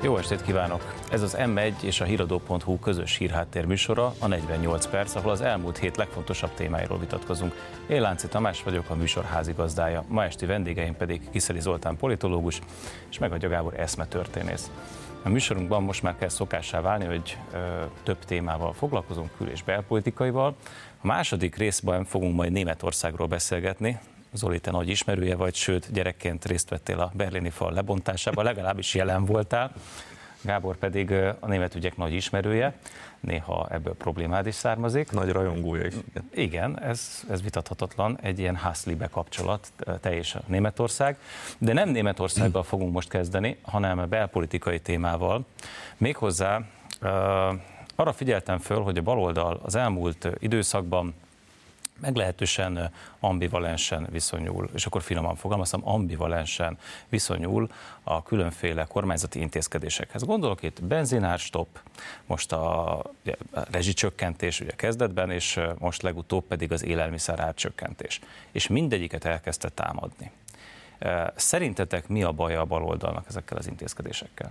Jó estét kívánok! Ez az M1 és a Híradó.hu közös hírháttér műsora, a 48 perc, ahol az elmúlt hét legfontosabb témáiról vitatkozunk. Én Lánci Tamás vagyok, a műsor házigazdája. Ma esti vendégeim pedig Kiszeli Zoltán politológus és Megadja Gábor eszmetörténész. A műsorunkban most már kell szokássá válni, hogy több témával foglalkozunk, kül- és belpolitikaival. A második részben fogunk majd Németországról beszélgetni. Zoli, te nagy ismerője vagy, sőt, gyerekként részt vettél a berlini fal lebontásában, legalábbis jelen voltál. Gábor pedig a német ügyek nagy ismerője, néha ebből problémád is származik. Nagy rajongója is. Igen, ez vitathatatlan, egy ilyen Hass-Liebe kapcsolat, te és a Németország. De nem Németországgal fogunk most kezdeni, hanem belpolitikai témával. Méghozzá arra figyeltem föl, hogy a baloldal az elmúlt időszakban meglehetősen ambivalensen viszonyul, és akkor finoman fogalmaztam, ambivalensen viszonyul a különféle kormányzati intézkedésekhez. Gondolok itt benzinárstopp, most a rezsicsökkentés ugye kezdetben, és most legutóbb pedig az élelmiszer árcsökkentés. És mindegyiket elkezdte támadni. Szerintetek mi a baja a baloldalnak ezekkel az intézkedésekkel?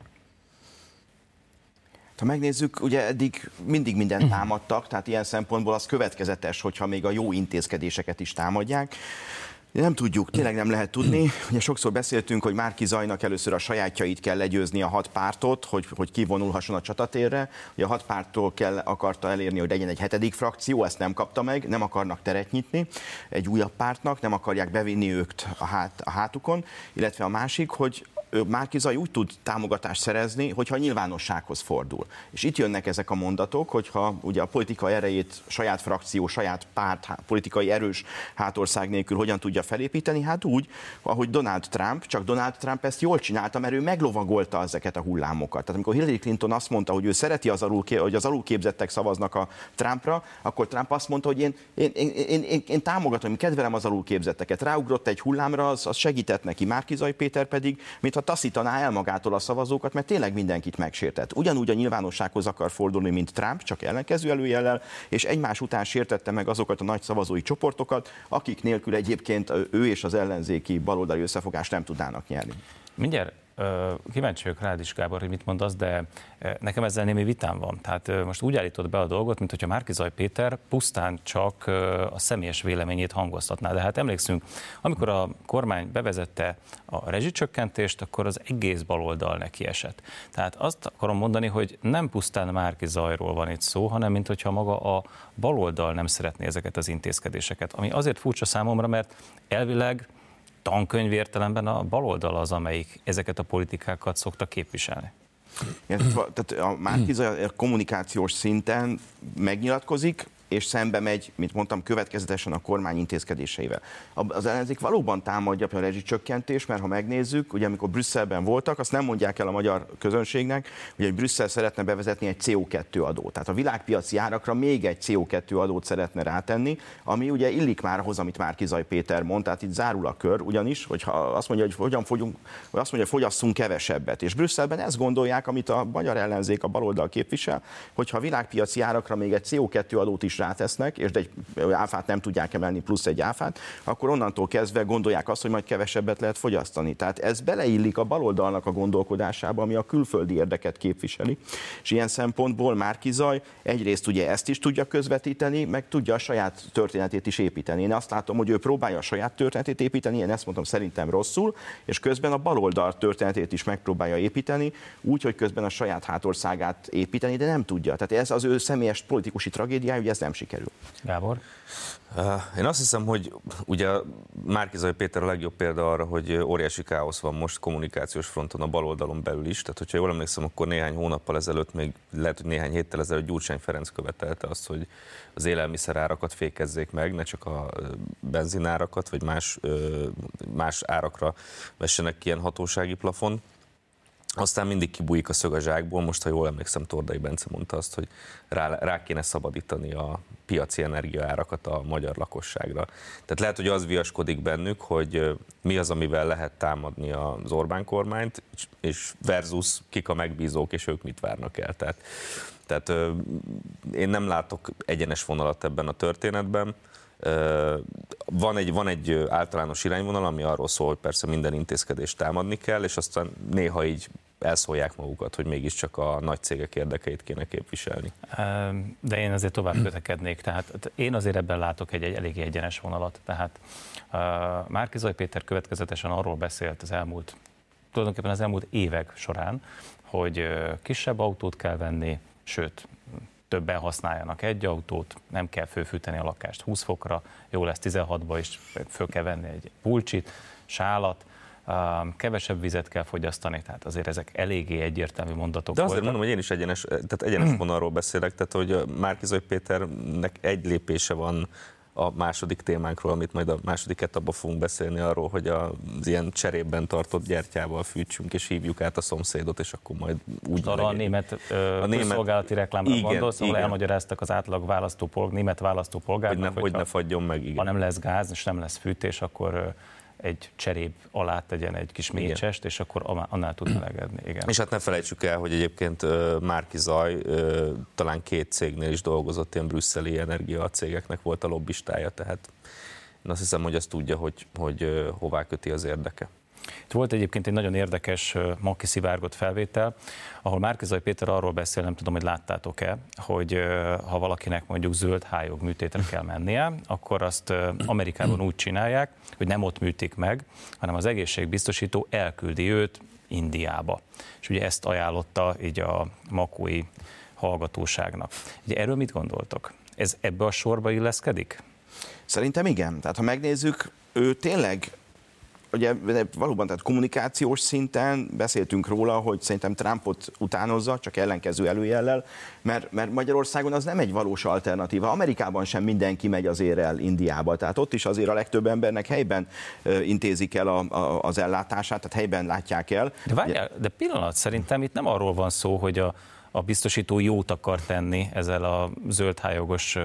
Ha megnézzük, ugye eddig mindig mindent támadtak, tehát ilyen szempontból az következetes, hogyha még a jó intézkedéseket is támadják. Nem tudjuk, tényleg nem lehet tudni. Ugye sokszor beszéltünk, hogy Márki Zajnak először a sajátjait kell legyőzni, a 6 pártot, hogy kivonulhasson a csatatérre. Ugye a 6 párttól akarta elérni, hogy legyen egy 7. frakció, ezt nem kapta meg, nem akarnak teret nyitni egy újabb pártnak, nem akarják bevinni őt a hátukon, illetve a másik, hogy Márki Zaj úgy tud támogatást szerezni, hogyha a nyilvánossághoz fordul. És itt jönnek ezek a mondatok, hogyha ugye a politikai erejét saját frakció, saját párt, politikai erős hátország nélkül hogyan tudja felépíteni, hát úgy, ahogy Donald Trump, csak Donald Trump ezt jól csinálta, mert ő meglovagolta ezeket a hullámokat. Tehát amikor Hillary Clinton azt mondta, hogy ő szereti hogy az alulképzettek szavaznak a Trumpra, akkor Trump azt mondta, hogy én támogatom, én kedvelem az alulképzetteket. Ráugrott egy hullámra, az segített neki. Márki Zaj Péter pedig, mintha taszítaná el magától a szavazókat, mert tényleg mindenkit megsértett. Ugyanúgy a nyilvánossághoz akar fordulni, mint Trump, csak ellenkező előjellel, és egymás után sértette meg azokat a nagy szavazói csoportokat, akik nélkül egyébként ő és az ellenzéki baloldali összefogást nem tudnának nyerni. Mindjárt kíváncsi vagyok rád is, Gábor, hogy mit mondasz, de nekem ezzel némi vitám van. Tehát most úgy állítod be a dolgot, mint hogyha Márki Zaj Péter pusztán csak a személyes véleményét hangoztatná. De hát emlékszünk, amikor a kormány bevezette a rezsicsökkentést, akkor az egész baloldal neki esett. Tehát azt akarom mondani, hogy nem pusztán Márki Zajról van itt szó, hanem mint hogyha maga a baloldal nem szeretné ezeket az intézkedéseket. Ami azért furcsa számomra, mert elvileg tankönyv értelemben a baloldal az, amelyik ezeket a politikákat szokta képviselni. Tehát a Márki Zaj kommunikációs szinten megnyilatkozik, és szembe megy, mint mondtam, következetesen a kormány intézkedéseivel. Az ellenzék valóban támadja a rezsicsökkentést, mert ha megnézzük, ugye amikor Brüsszelben voltak, azt nem mondják el a magyar közönségnek, hogy Brüsszel szeretne bevezetni egy CO2 adót. Tehát a világpiaci árakra még egy CO2 adót szeretne rátenni, ami ugye illik már ahhoz, amit Márki Zaj Péter mond, tehát itt zárul a kör, ugyanis, hogyha azt mondja, hogy fogyasszunk kevesebbet. És Brüsszelben ezt gondolják, amit a magyar ellenzék, a baloldal képvisel, hogyha a világpiaci árakra még egy CO2 adót is rátesznek, és egy áfát nem tudják emelni, plusz egy áfát, akkor onnantól kezdve gondolják azt, hogy majd kevesebbet lehet fogyasztani. Tehát ez beleillik a baloldalnak a gondolkodásába, ami a külföldi érdeket képviseli. És ilyen szempontból Márki Zaj egyrészt ugye ezt is tudja közvetíteni, meg tudja a saját történetét is építeni. Én azt látom, hogy ő próbálja a saját történetét építeni, én ezt mondom szerintem rosszul, és közben a baloldal történetét is megpróbálja építeni, úgy, hogy közben a saját hátországát építeni, de nem tudja. Tehát ez az ő személyes politikusi tragédiája, hogy ez nem sikerül. Gábor? Én azt hiszem, hogy ugye Márki Zaj Péter a legjobb példa arra, hogy óriási káosz van most kommunikációs fronton a baloldalon belül is. Tehát, hogyha jól emlékszem, akkor néhány hónappal ezelőtt, még lehet, hogy néhány héttel ezelőtt Gyurcsány Ferenc követelte azt, hogy az élelmiszerárakat fékezzék meg, ne csak a benzinárakat, vagy más árakra vessenek ki ilyen hatósági plafon. Aztán mindig kibújik a szög a zsákból, most ha jól emlékszem, Tordai Bence mondta azt, hogy rá kéne szabadítani a piaci energiaárakat a magyar lakosságra. Tehát lehet, hogy az viaskodik bennük, hogy mi az, amivel lehet támadni az Orbán kormányt, és versus kik a megbízók, és ők mit várnak el. Tehát én nem látok egyenes vonalat ebben a történetben. Van egy általános irányvonal, ami arról szól, hogy persze minden intézkedést támadni kell, és aztán néha így elszólják magukat, hogy mégiscsak a nagy cégek érdekeit kéne képviselni. De én azért tovább kötekednék, tehát én azért ebben látok egy eléggé egyenes vonalat. Tehát Márki-Zay Péter következetesen arról beszélt tulajdonképpen az elmúlt évek során, hogy kisebb autót kell venni, sőt, többen használjanak egy autót, nem kell fölfűteni a lakást 20 fokra, jó lesz 16-ba is, föl kell venni egy pulcsit, sálat, kevesebb vizet kell fogyasztani, tehát azért ezek eléggé egyértelmű mondatok. De azért voltak. mondom, hogy én is egyenes vonalról beszélek, tehát hogy Márki-Zay Péternek egy lépése van a második témánkról, amit majd a második etapban fogunk beszélni arról, hogy az ilyen cserében tartott gyertyával fűtsünk, és hívjuk át a szomszédot, és akkor majd úgy... Arra a német közszolgálati reklámra gondolsz, ahol elmagyaráztak az átlag német választópolgárnak, hogy ne fagyjon meg, igen. Ha nem lesz gáz, és nem lesz fűtés, akkor egy cserép alá tegyen egy kis mécsest, és akkor annál tud melegedni. Igen. És hát ne felejtsük el, hogy egyébként Márki-Zay talán 2 cégnél is dolgozott, ilyen brüsszeli energiacégeknek volt a lobbistája, tehát én azt hiszem, hogy azt tudja, hogy hová köti az érdeke. Itt volt egyébként egy nagyon érdekes, ma kiszivárgott felvétel, ahol Márki-Zay Péter arról beszél, nem tudom, hogy láttátok-e, hogy ha valakinek mondjuk zöld hályog műtétre kell mennie, akkor azt Amerikában úgy csinálják, hogy nem ott műtik meg, hanem az egészségbiztosító elküldi őt Indiába. És ugye ezt ajánlotta így a makói hallgatóságnak. Ugye erről mit gondoltok? Ez ebbe a sorba illeszkedik? Szerintem igen. Tehát ha megnézzük, ő tényleg ugye valóban, tehát kommunikációs szinten beszéltünk róla, hogy szerintem Trumpot utánozza, csak ellenkező előjellel, mert Magyarországon az nem egy valós alternatíva. Amerikában sem mindenki megy azért el Indiába, tehát ott is azért a legtöbb embernek helyben intézik el az ellátását, tehát helyben látják el. De pillanat, szerintem itt nem arról van szó, hogy a biztosító jót akar tenni ezzel a zöldhályogos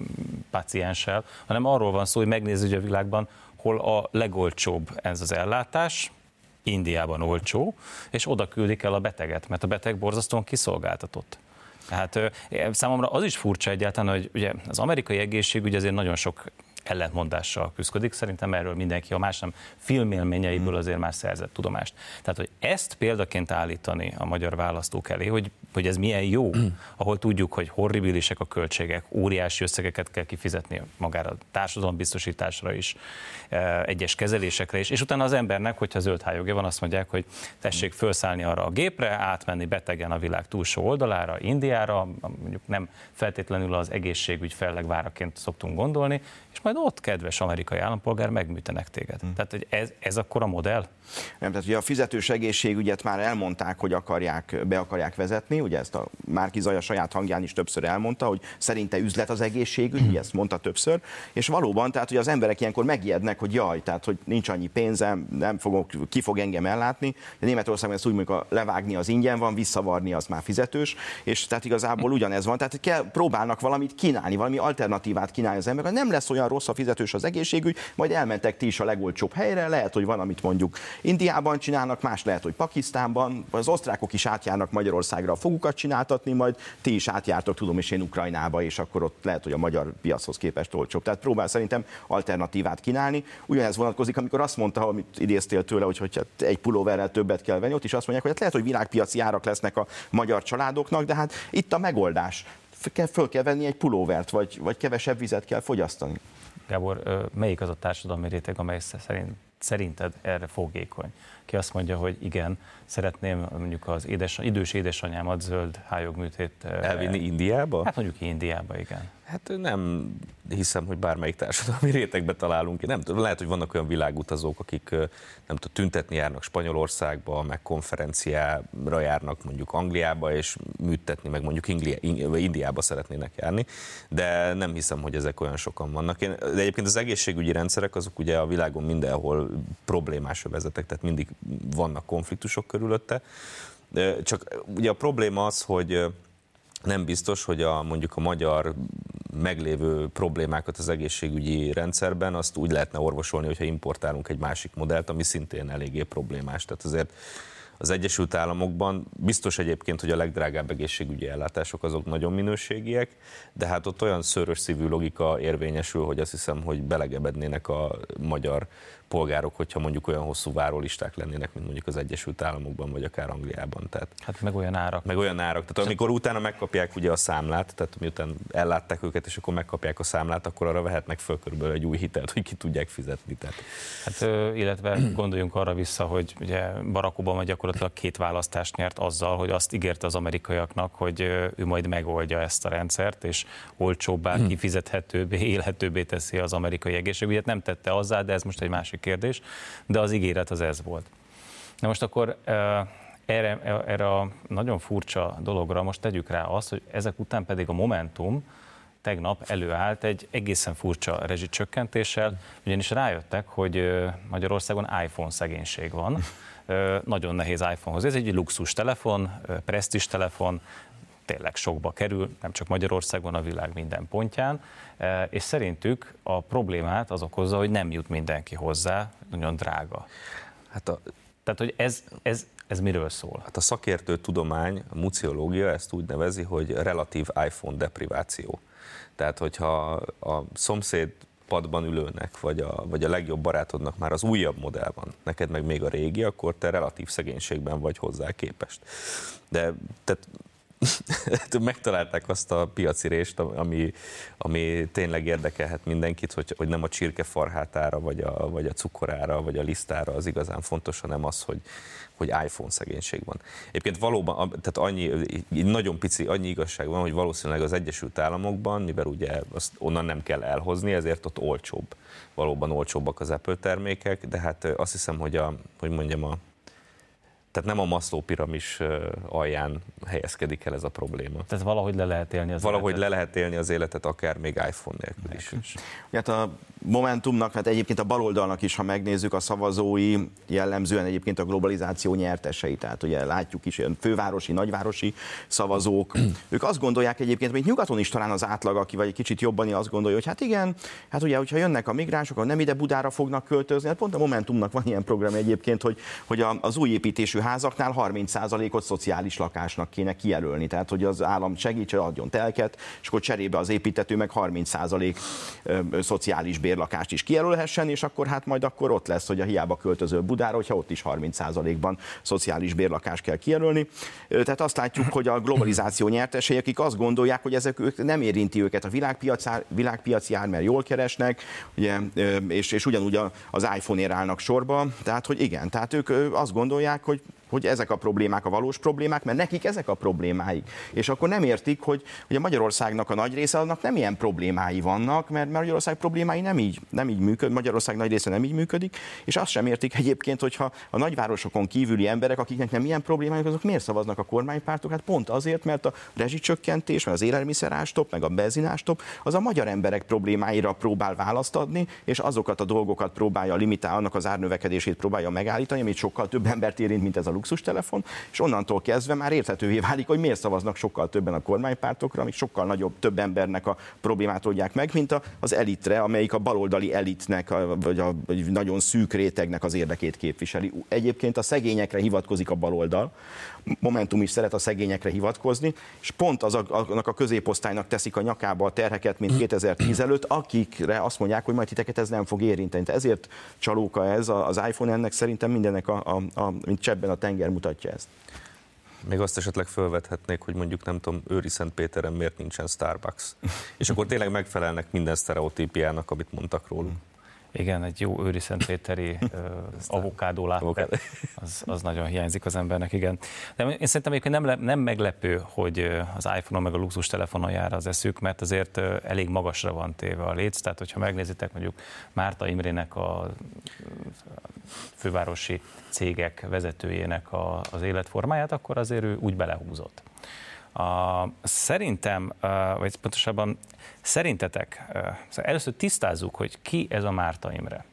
pácienssel, hanem arról van szó, hogy megnézzük a világban, hol a legolcsóbb ez az ellátás, Indiában olcsó, és oda küldik el a beteget, mert a beteg borzasztóan kiszolgáltatott. Tehát számomra az is furcsa egyáltalán, hogy ugye az amerikai egészségügy azért nagyon sok ellentmondással küszködik, szerintem erről mindenki, ha más nem filmélményeiből azért már szerzett tudomást. Tehát, hogy ezt példaként állítani a magyar választók elé, hogy ez milyen jó, ahol tudjuk, hogy horribilisek a költségek, óriási összegeket kell kifizetni magára a társadalombiztosításra is, egyes kezelésekre is, és utána az embernek, hogyha zöld hályogja van, azt mondják, hogy tessék felszállni arra a gépre, átmenni betegen a világ túlsó oldalára, Indiára, mondjuk nem feltétlenül az egészségügy fellegváraként szoktunk gondolni, és majd ott, kedves amerikai állampolgár, megműtenek téged. Tehát hogy ez akkor a modell? Nem, tehát ugye a fizetős egészségügyet már elmondták, hogy be akarják vezetni, ugye ezt a Márki-Zay a saját hangján is többször elmondta, hogy szerinte üzlet az egészségügy, ugye ezt mondta többször, és valóban, tehát hogy az emberek ilyenkor megijednek, hogy jaj, tehát hogy nincs annyi pénzem, ki fog engem ellátni. De Németországban ezt úgy mondjuk, levágni az ingyen van, visszavarni az már fizetős, és tehát igazából ugyanez van, tehát próbálnak valamit kínálni, valami alternatívát kínálni az emberek, nem lesz olyan rossz a fizetős az egészségügy, majd elmentek ti is a legolcsóbb helyre, lehet, hogy van, amit mondjuk Indiában csinálnak, más lehet, hogy Pakisztánban, az osztrákok is átjárnak Magyarországra a fogukat csináltatni, majd ti is átjártok, tudom és én Ukrajnába, és akkor ott lehet, hogy a magyar piachoz képest olcsóbb. Tehát próbál szerintem alternatívát kínálni. Ugyanez vonatkozik, amikor azt mondta, amit idéztél tőle, hogy egy pulóverrel többet kell venni, ott is azt mondják, hogy hát lehet, hogy világpiaci árak lesznek a magyar családoknak, de hát itt a megoldás. Föl kell venni egy pulóvert, vagy kevesebb vizet kell fogyasztani. Gábor, melyik az a társadalmi réteg, amely szerinted erre fogékony? Ki azt mondja, hogy igen, szeretném mondjuk az idős édesanyámat zöld hályogműtét elvinni Indiába? Hát mondjuk Indiába, igen. Hát nem hiszem, hogy bármelyik társadalmi rétegbe találunk. Nem tudom, lehet, hogy vannak olyan világutazók, akik nem tudom, tüntetni járnak Spanyolországba, meg konferenciára járnak mondjuk Angliába, és műtetni meg mondjuk Indiába szeretnének járni, de nem hiszem, hogy ezek olyan sokan vannak. De egyébként az egészségügyi rendszerek azok ugye a világon mindenhol problémás övezetek, tehát mindig vannak konfliktusok körülötte. Csak ugye a probléma az, hogy nem biztos, hogy mondjuk a magyar meglévő problémákat az egészségügyi rendszerben azt úgy lehetne orvosolni, hogyha importálunk egy másik modellt, ami szintén eléggé problémás. Tehát azért az Egyesült Államokban biztos egyébként, hogy a legdrágább egészségügyi ellátások azok nagyon minőségiek, de hát ott olyan szőrös szívű logika érvényesül, hogy azt hiszem, hogy belegebednének a magyar polgárok, hogyha mondjuk olyan hosszú várólisták lennének, mint mondjuk az Egyesült Államokban, vagy akár Angliában. Tehát, hát meg olyan árak. Tehát amikor utána megkapják ugye a számlát, tehát miután ellátták őket, és akkor megkapják a számlát, akkor arra vehetnek föl körülbelül egy új hitelt, hogy ki tudják fizetni. Tehát. Hát, illetve gondoljunk arra vissza, hogy ugye Barack Obama gyakorlatilag 2 választást nyert azzal, hogy azt ígérte az amerikaiaknak, hogy ő majd megoldja ezt a rendszert, és olcsóbbá, kifizethetőbbé, élhetőbbé teszi az amerikai egészségügyet. Nem tette azzá, de ez most egy másik kérdés, de az ígéret az ez volt. Na most akkor erre a nagyon furcsa dologra most tegyük rá azt, hogy ezek után pedig a Momentum tegnap előállt egy egészen furcsa rezsicsökkentéssel, ugyanis rájöttek, hogy Magyarországon iPhone szegénység van, nagyon nehéz iPhonehoz. Ez egy luxus telefon, presztízs telefon, tényleg sokba kerül, nem csak Magyarországon, a világ minden pontján, és szerintük a problémát az okozza, hogy nem jut mindenki hozzá, nagyon drága. Tehát, hogy ez miről szól? Hát a szakértő tudomány, a muciológia ezt úgy nevezi, hogy relatív iPhone depriváció. Tehát, hogyha a szomszéd padban ülőnek, vagy a legjobb barátodnak már az újabb modell van, neked meg még a régi, akkor te relatív szegénységben vagy hozzá képest. De tehát megtalálták azt a piaci rést, ami tényleg érdekelhet mindenkit, hogy nem a csirkefarhátára, vagy a cukorára, vagy a lisztára az igazán fontos, hanem az, hogy iPhone szegénység van. Egyébként valóban, tehát nagyon pici, annyi igazság van, hogy valószínűleg az Egyesült Államokban, mivel ugye azt onnan nem kell elhozni, ezért ott olcsóbb. Valóban olcsóbbak az Apple termékek, de hát azt hiszem, tehát nem a Maslow piramis alján helyezkedik el ez a probléma. Tehát valahogy le lehet élni az életet. Valahogy le lehet élni az életet, akár még iPhone nélkül is. Hát a Momentumnak, hát egyébként a baloldalnak is, ha megnézzük, a szavazói jellemzően egyébként a globalizáció nyertesei. Tehát ugye látjuk is ilyen fővárosi, nagyvárosi szavazók. Ők azt gondolják egyébként, hogy nyugaton is talán az átlag, aki vagy egy kicsit jobban azt gondolja, hogy hát igen, hát ugye, hogyha jönnek a migránsok, akkor nem ide Budára fognak költözni. Hát pont a Momentumnak van ilyen program egyébként, hogy az új építésű házaknál 30%-ot szociális lakásnak kéne kijelölni. Tehát, hogy az állam segítsen, adjon telket, és akkor cserébe az építető meg 30% szociális bérlakást is kijelölhessen, és akkor hát majd akkor ott lesz, hogy a hiába költöző Budára, hogyha ott is 30%-ban szociális bérlakást kell kijelölni. Tehát azt látjuk, hogy a globalizáció nyertesei, akik azt gondolják, hogy ezek nem érinti őket a világpiaci ár, mert jól keresnek, ugye, és ugyanúgy az iPhone-ért állnak sorba. Tehát, hogy igen, tehát ők azt gondolják, hogy ezek a problémák a valós problémák, mert nekik ezek a problémáik. És akkor nem értik, hogy ugye Magyarországnak a nagy része annak nem ilyen problémái vannak, mert Magyarország problémái nem így működik, Magyarország nagy része nem így működik, és azt sem értik egyébként, hogyha a nagyvárosokon kívüli emberek, akiknek nem ilyen problémájuk, azok miért szavaznak a kormánypártok? Hát pont azért, mert a rezsicsökkentés, meg az élelmiszerástop, meg a benzinástop, az a magyar emberek problémáira próbál választ adni, és azokat a dolgokat próbálja limitálni, annak az árnövekedését próbálja megállítani, amit sokkal több embert érint, mint ez a luxustelefon, és onnantól kezdve már érthetővé válik, hogy miért szavaznak sokkal többen a kormánypártokra, amik sokkal több embernek a problémát oldják meg, mint az elitre, amelyik a baloldali elitnek, vagy a nagyon szűk rétegnek az érdekét képviseli. Egyébként a szegényekre hivatkozik a baloldal, Momentum is szeret a szegényekre hivatkozni, és pont annak a középosztálynak teszik a nyakába a terheket, mint 2010 előtt, akikre azt mondják, hogy majd titeket ez nem fog érinteni. Ezért csalóka ez az iPhone, ennek szerintem mindennek, mint cseppben a tenger mutatja ezt. Még azt esetleg felvethetnék, hogy mondjuk nem tudom, Őri-Szentpéteren miért nincsen Starbucks. És akkor tényleg megfelelnek minden sztereotípiának, amit mondtak róluk. Igen, egy jó őri-szentpéteri avokádó látte, az nagyon hiányzik az embernek, igen. De én szerintem egyébként nem meglepő, hogy az iPhone-on meg a luxus telefonon jár az eszük, mert azért elég magasra van téve a léc, tehát hogyha megnézitek mondjuk Márta Imrének a fővárosi cégek vezetőjének az életformáját, akkor azért ő úgy belehúzott. Szerintem, vagy pontosabban szerintetek, először tisztázzuk, hogy ki ez a Márta Imre.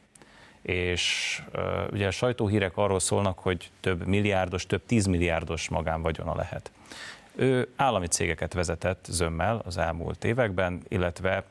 És ugye a sajtóhírek arról szólnak, hogy több milliárdos, több 10 milliárdos magánvagyona lehet. Ő állami cégeket vezetett zömmel az elmúlt években, illetve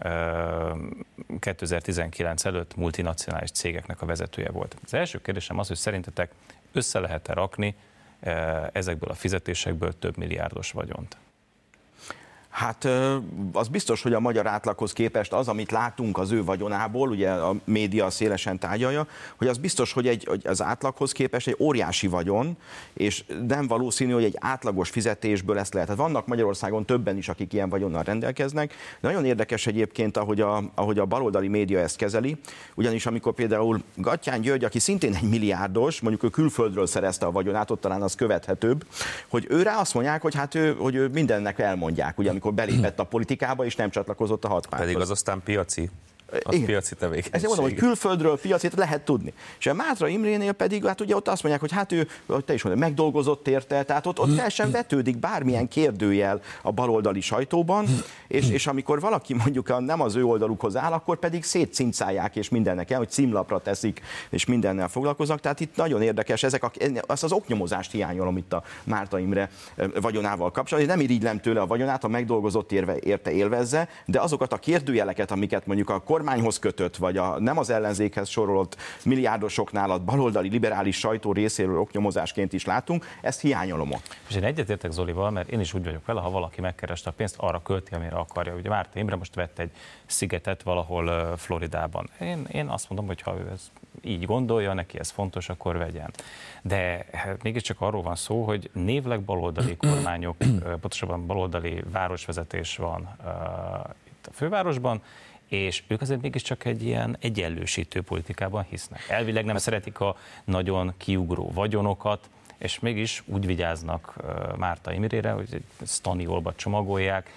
2019 előtt multinacionális cégeknek a vezetője volt. Az első kérdésem az, hogy szerintetek össze lehet-e rakni ezekből a fizetésekből több milliárdos vagyont? Hát az biztos, hogy a magyar átlaghoz képest az, amit látunk az ő vagyonából, ugye a média szélesen tárgyalja, hogy az biztos, hogy az átlaghoz képest egy óriási vagyon, és nem valószínű, hogy egy átlagos fizetésből ezt lehet. Hát vannak Magyarországon többen is, akik ilyen vagyonnal rendelkeznek. De nagyon érdekes egyébként, ahogy a baloldali média ezt kezeli, ugyanis amikor például Gattyán György, aki szintén egy milliárdos, mondjuk ő külföldről szerezte a vagyonát, ott talán az követhetőbb, hogy őre azt mondják, hogy ő mindennek elmondják, ugye, amikor belépett a politikába, és nem csatlakozott a hatpárthoz. Pedig az aztán piaci. Az piaci tevékenység. Ezért mondom, hogy külföldről piacit lehet tudni. És a Mátra Imrénél pedig, hát ugye ott azt mondják, hogy hát ő, hogy te is mondod, megdolgozott érte, tehát ott fel sem vetődik bármilyen kérdőjel a baloldali sajtóban, és amikor valaki mondjuk nem az ő oldalukhoz áll, akkor pedig szétcincálják, és mindennek el, hogy címlapra teszik, és mindennel foglalkoznak. Tehát itt nagyon érdekes, azt az oknyomozást hiányolom itt a Márta Imre vagyonával kapcsolatban. Nem irigylem tőle a vagyonát, a megdolgozott érte élvezze, de azokat a kérdőjeleket, amiket mondjuk a kormányhoz kötött, vagy nem az ellenzékhez sorolott milliárdosoknál a baloldali liberális sajtó részéről oknyomozásként is látunk, ezt hiányolom ott. És én egyetértek Zolival, mert én is úgy vagyok vele, ha valaki megkereste a pénzt, arra költi, amire akarja. Ugye Márta Imre most vett egy szigetet valahol Floridában. Én azt mondom, hogy ha ő ez így gondolja, neki ez fontos, akkor vegyen. De mégiscsak arról van szó, hogy névleg baloldali kormányok, pontosabban baloldali városvezetés van itt a fővárosban, és ők azért mégiscsak egy ilyen egyenlősítő politikában hisznek. Elvileg nem szeretik a nagyon kiugró vagyonokat, és mégis úgy vigyáznak Márta Imrére, hogy egy staniolba csomagolják,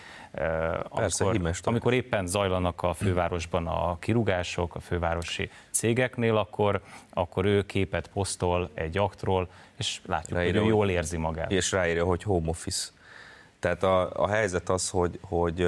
amikor éppen zajlanak a fővárosban a kirúgások, a fővárosi cégeknél, akkor ő képet posztol egy aktról, és látjuk, ráírja, hogy ő jól érzi magát. És ráírja, hogy home office. Tehát a helyzet az, hogy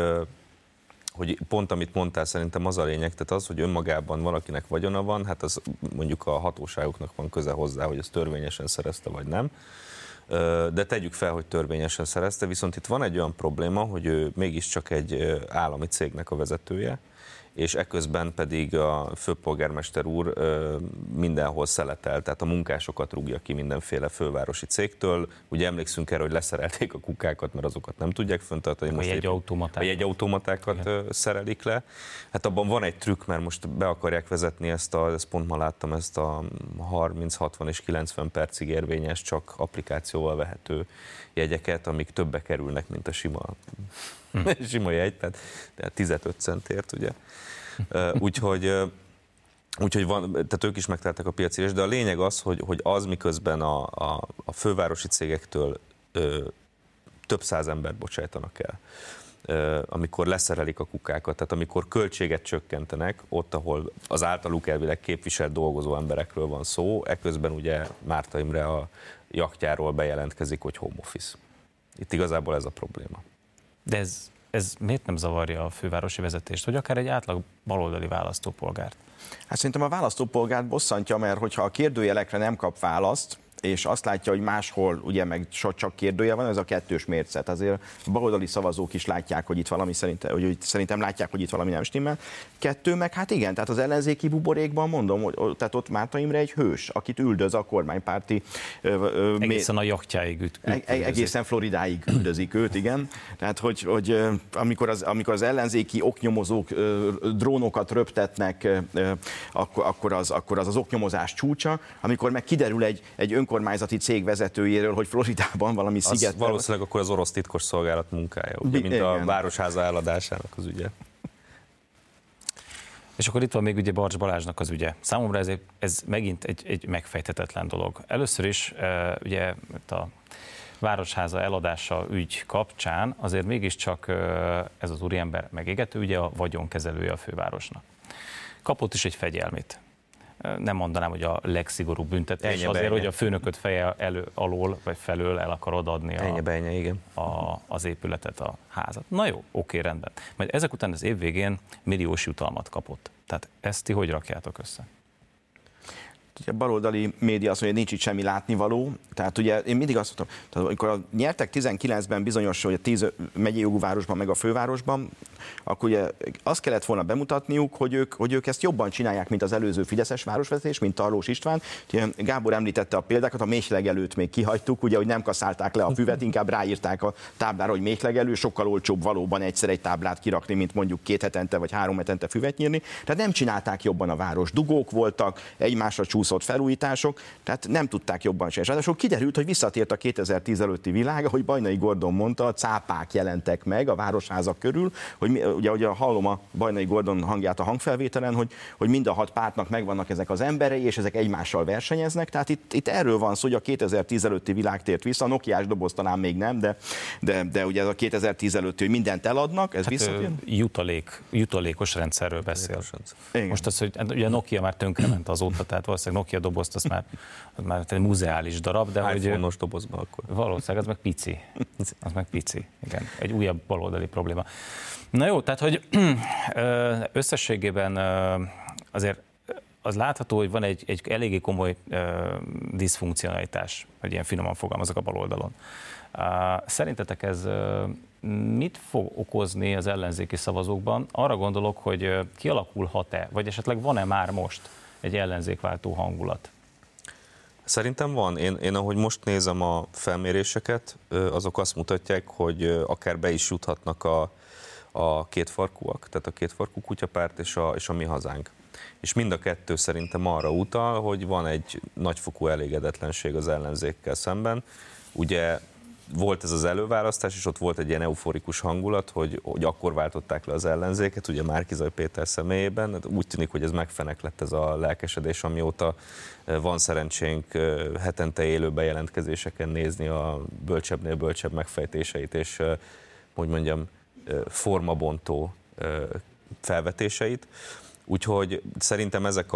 pont amit mondtál, szerintem az a lényeg, tehát az, hogy önmagában valakinek vagyona van, hát az mondjuk a hatóságoknak van köze hozzá, hogy ez törvényesen szerezte vagy nem, de tegyük fel, hogy törvényesen szerezte, viszont itt van egy olyan probléma, hogy ő mégiscsak egy állami cégnek a vezetője, és eközben pedig a főpolgármester úr mindenhol szeletel, tehát a munkásokat rúgja ki mindenféle fővárosi cégtől. Ugye emlékszünk erre, hogy leszerelték a kukákat, mert azokat nem tudják föntartani. Vagy egy automatákat szerelik le. Hát abban van egy trükk, mert most be akarják vezetni ezt pont ma láttam, ezt a 30, 60 és 90 percig érvényes, csak applikációval vehető jegyeket, amik többe kerülnek, mint a sima jegy, tehát 15 centért, ugye. Úgyhogy van, tehát ők is megtalálták a piacírést, de a lényeg az, hogy az miközben a fővárosi cégektől több száz embert bocsájtanak el, amikor leszerelik a kukákat, tehát amikor költséget csökkentenek, ott, ahol az általuk elvileg képviselt dolgozó emberekről van szó, eközben ugye Márta Imre a jachtjáról bejelentkezik, hogy home office. Itt igazából ez a probléma. De ez miért nem zavarja a fővárosi vezetést, vagy akár egy átlag baloldali választópolgárt? Hát szerintem a választópolgárt bosszantja, mert hogyha a kérdőjelekre nem kap választ, és azt látja, hogy máshol ugye meg csak kérdője van, ez a kettős mérce. Azért a baloldali szavazók is látják, hogy itt valami szerintem látják, hogy itt valami nem stimmel. Kettő, meg hát igen, tehát az ellenzéki buborékban mondom, hogy tehát ott Márta Imre egy hős, akit üldöz a kormánypárti... Egészen a jachtjáig egészen Floridáig üldözik őt, igen. Tehát, hogy amikor az ellenzéki oknyomozók drónokat röptetnek, akkor az oknyomozás csúcsa, amikor meg kiderül egy önkormányzati cég vezetőjéről, hogy Floridában valami sziget. Valószínűleg akkor az orosz titkosszolgálat munkája, ugye, mint igen. A Városháza eladásának az ügye. És akkor itt van még ugye Barcs Balázsnak az ügye. Számomra ez megint egy megfejthetetlen dolog. Először is ugye a Városháza eladása ügy kapcsán azért mégiscsak ez az úriember megégető, ugye a vagyonkezelője a fővárosnak. Kapott is egy fegyelmét. Nem mondanám, hogy a legszigorúbb büntetés azért, hogy a főnököt feje alól vagy felől el akarod adni az épületet, a házat. Na jó, oké, rendben. Majd ezek után az év végén milliós jutalmat kapott. Tehát ezt ti hogy rakjátok össze? a baloldali média azt mondja, hogy nincs itt semmi látnivaló. Tehát ugye én mindig azt mondtam, tehát amikor nyertek 19-ben bizonyos, hogy a 10 megyei jogú városban, meg a fővárosban, akkor ugye azt kellett volna bemutatniuk, hogy ők ezt jobban csinálják, mint az előző fideszes városvezetés, mint Tarlós István. Ugye Gábor említette a példákat, a méhlegelőt még kihagytuk, ugye, hogy nem kaszálták le a füvet, inkább ráírták a táblára, hogy méhlegelő, sokkal olcsóbb valóban egyszer egy táblát kirakni, mint mondjuk 2 hetente vagy 3 hetente füvet nyírni. Tehát nem csinálták jobban a város. Dugók voltak, egymásra csúszott felújítások, tehát nem tudták jobban csinálni. Ráadásul kiderült, hogy visszatért a 2010 előtti világ, ahogy Bajnai Gordon mondta, cápák jelentek meg a városházak körül, hogy ugye hallom a Bajnai Gordon hangját a hangfelvételen, hogy mind a 6 pártnak megvannak ezek az emberei, és ezek egymással versenyeznek. Tehát itt erről van szó, hogy a 2010 előtti világ tért vissza. A Nokiás doboz talán még nem, de ugye ez a 2010 előtti, hogy mindent eladnak, ez visszatér. Jutalékos rendszerről beszél. Most az, hogy ugye a Nokia már tönkrement azóta, tehát valószínűleg Nokia dobozt az már egy muzeális darab, de hogy iPhone-os dobozban akkor. Valószínűleg az meg pici. Az meg pici. Igen, egy újabb baloldali probléma. Na jó, tehát hogy összességében azért az látható, hogy van egy eléggé komoly diszfunkcionalitás, hogy ilyen finoman fogalmazok a baloldalon. Szerintetek ez mit fog okozni az ellenzéki szavazókban? Arra gondolok, hogy kialakulhat-e, vagy esetleg van-e már most egy ellenzékváltó hangulat? Szerintem van. Én ahogy most nézem a felméréseket, azok azt mutatják, hogy akár be is juthatnak a kétfarkúak, tehát a kétfarkú kutyapárt és a Mi Hazánk. És mind a kettő szerintem arra utal, hogy van egy nagyfokú elégedetlenség az ellenzékkel szemben. Ugye volt ez az előválasztás, és ott volt egy ilyen euforikus hangulat, hogy akkor váltották le az ellenzéket, ugye Márki-Zay Péter személyében. Úgy tűnik, hogy ez megfenek lett ez a lelkesedés, amióta van szerencsénk hetente élő bejelentkezéseken nézni a bölcsebbnél bölcsebb megfejtéseit, és hogy mondjam, formabontó felvetéseit. Úgyhogy szerintem ezek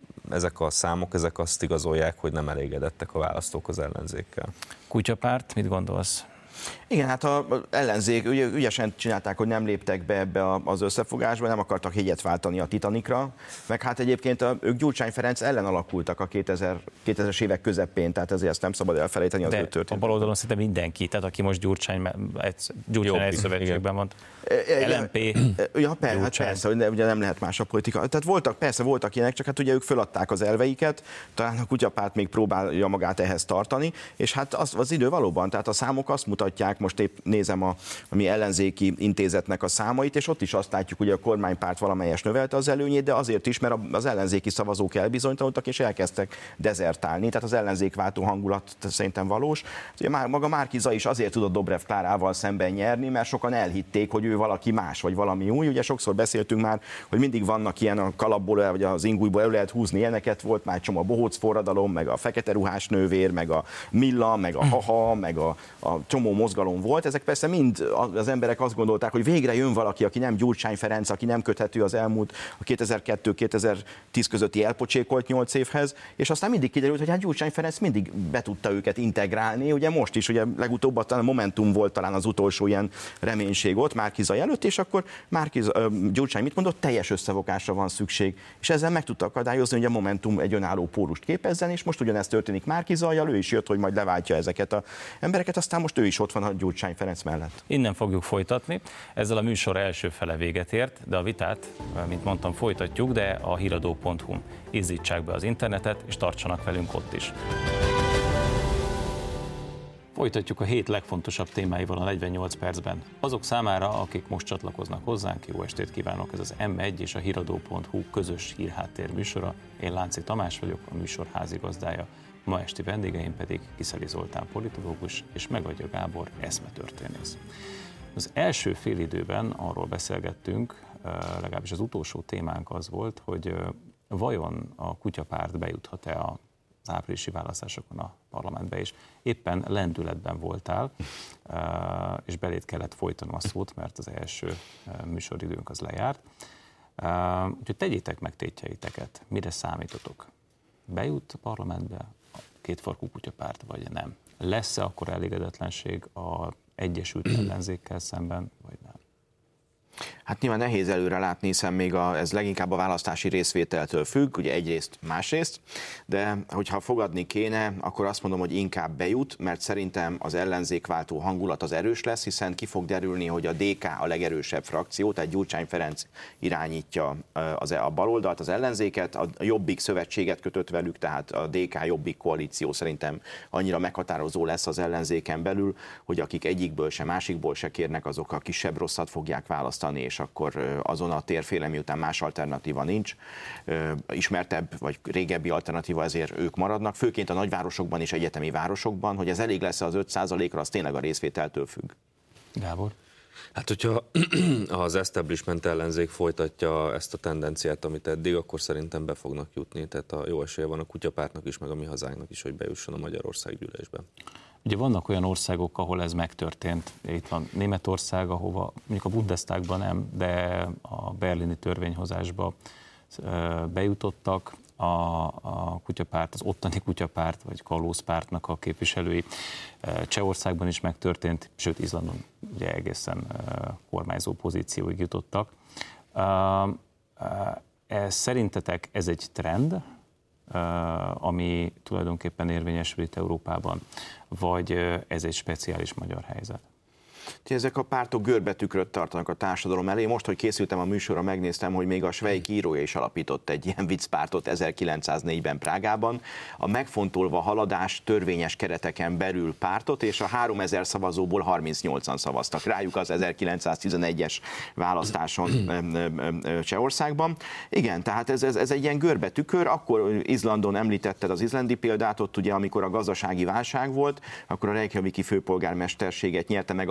a számok, ezek azt igazolják, hogy nem elégedettek a választók az ellenzékkel. Kutyapárt, mit gondolsz? Igen, hát az ellenzék ügyesen csinálták, hogy nem léptek be ebbe az összefogásba, nem akartak hegyet váltani a Titanicra, meg hát egyébként ők Gyurcsány Ferenc ellen alakultak a 2000-es évek közepén, tehát ezért ezt nem szabad elfelejteni az ő történetet. A baloldalon szinte mindenki, tehát aki most Gyurcsány egy szövetségben van. LMP, ja, hát persze, hogy ugye nem lehet más a politika. Tehát voltak ilyenek, csak hát ugye ők föladták az elveiket, talán a kutyapárt még próbálja magát ehhez tartani, és hát az idő valóban, tehát a számok azt mutatják, most épp nézem a mi ellenzéki intézetnek a számait, és ott is azt látjuk, hogy a kormánypárt valamelyest növelte az előnyét, de azért is, mert az ellenzéki szavazók elbizonytalanodtak, és elkezdtek dezertálni, tehát az ellenzékváltó hangulat szerintem valós. Ugye maga Márki-Zay is azért tudott Dobrev Klárával szemben nyerni, mert sokan elhitték, hogy ő valaki más, vagy valami új. Ugye sokszor beszéltünk már, hogy mindig vannak ilyen a kalapból, vagy az ingújból elő lehet húzni ilyeneket, volt már csomó a bohóc forradalom, meg a fekete ruhás nővér, meg a Milla, meg a Haha, meg a csomó mozgalom volt. Ezek persze mind az emberek azt gondolták, hogy végre jön valaki, aki nem Gyurcsány Ferenc, aki nem köthető az elmúlt a 2002-2010 közötti elpocsékolt 8 évhez, és aztán mindig kiderült, hogy hát Gyurcsány Ferenc mindig be tudta őket integrálni. Ugye most is, ugye legutóbb a Momentum volt talán az utolsó ilyen reménység ott Márki-Zay előtt, és akkor Gyurcsány mit mondott? Teljes összefogásra van szükség. És ezzel meg tudta akadályozni, hogy a Momentum egy önálló pólust képezzen, és most ugyanezt történik Márki-Zayyal, ő is jött, hogy majd leváltja ezeket az embereket, aztán most ő is ott van a Gyurcsány Ferenc mellett. Innen fogjuk folytatni. Ezzel a műsor első fele véget ért, de a vitát, mint mondtam, folytatjuk, de a híradó.hu-n izzítsák be az internetet, és tartsanak velünk ott is. Folytatjuk a hét legfontosabb témáival a 48 percben. Azok számára, akik most csatlakoznak hozzánk, jó estét kívánok! Ez az M1 és a híradó.hu közös hírháttér műsora. Én Lánci Tamás vagyok, a műsor házigazdája. Ma esti vendégeim pedig Kiszeli Zoltán politológus és Megadja Gábor eszmetörténész. Az első félidőben arról beszélgettünk, legalábbis az utolsó témánk az volt, hogy vajon a kutyapárt bejuthat-e az áprilisi választásokon a parlamentbe, és éppen lendületben voltál, és belét kellett folytanom a szót, mert az első műsoridőnk az lejárt. Úgyhogy tegyétek meg tétjeiteket, mire számítotok? Bejut a parlamentbe a kétfarkú kutyapárt, vagy nem? Lesz-e akkor elégedetlenség az egyesült ellenzékkel szemben, vagy nem? Hát nyilván nehéz előre látni, hiszen még ez leginkább a választási részvételtől függ, ugye egyrészt, másrészt, de hogyha fogadni kéne, akkor azt mondom, hogy inkább bejut, mert szerintem az ellenzékváltó hangulat az erős lesz, hiszen ki fog derülni, hogy a DK a legerősebb frakció, tehát Gyurcsány Ferenc irányítja a baloldalt, az ellenzéket, a Jobbik szövetséget kötött velük, tehát a DK Jobbik koalíció szerintem annyira meghatározó lesz az ellenzéken belül, hogy akik egyikből se, másikból se kérnek, azok a kisebb rosszat fogják választani, és akkor azon a térfélen, miután más alternatíva nincs, ismertebb vagy régebbi alternatíva, ezért ők maradnak, főként a nagyvárosokban és egyetemi városokban, hogy ez elég lesz az 5%-ra, az tényleg a részvételtől függ. Gábor? Hát, hogyha az establishment ellenzék folytatja ezt a tendenciát, amit eddig, akkor szerintem be fognak jutni. Tehát a jó esélye van a Kutyapártnak is, meg a Mi Hazánknak is, hogy bejusson a Magyarország gyűlésbe. Ugye vannak olyan országok, ahol ez megtörtént. Itt van Németország, ahova mondjuk a Bundestagban nem, de a berlini törvényhozásba bejutottak a kutyapárt, az ottani kutyapárt, vagy kalózpártnak a képviselői. Csehországban is megtörtént, sőt Izlandon ugye egészen kormányzó pozícióig jutottak. Szerintetek ez egy trend, ami tulajdonképpen érvényesül itt Európában, vagy ez egy speciális magyar helyzet? Ezek a pártok görbetükröt tartanak a társadalom elé. Most, hogy készültem a műsorra, megnéztem, hogy még a Schweik írója is alapított egy ilyen viccpártot 1904-ben Prágában. A megfontolva haladás törvényes kereteken belül pártot, és a 3000 szavazóból 38-an szavaztak rájuk az 1911-es választáson Csehországban. Igen, tehát ez egy ilyen görbetükör. Akkor Izlandon említetted az izlandi példát, ott ugye amikor a gazdasági válság volt, akkor a Reykjaviki főpolgármesterséget nyerte meg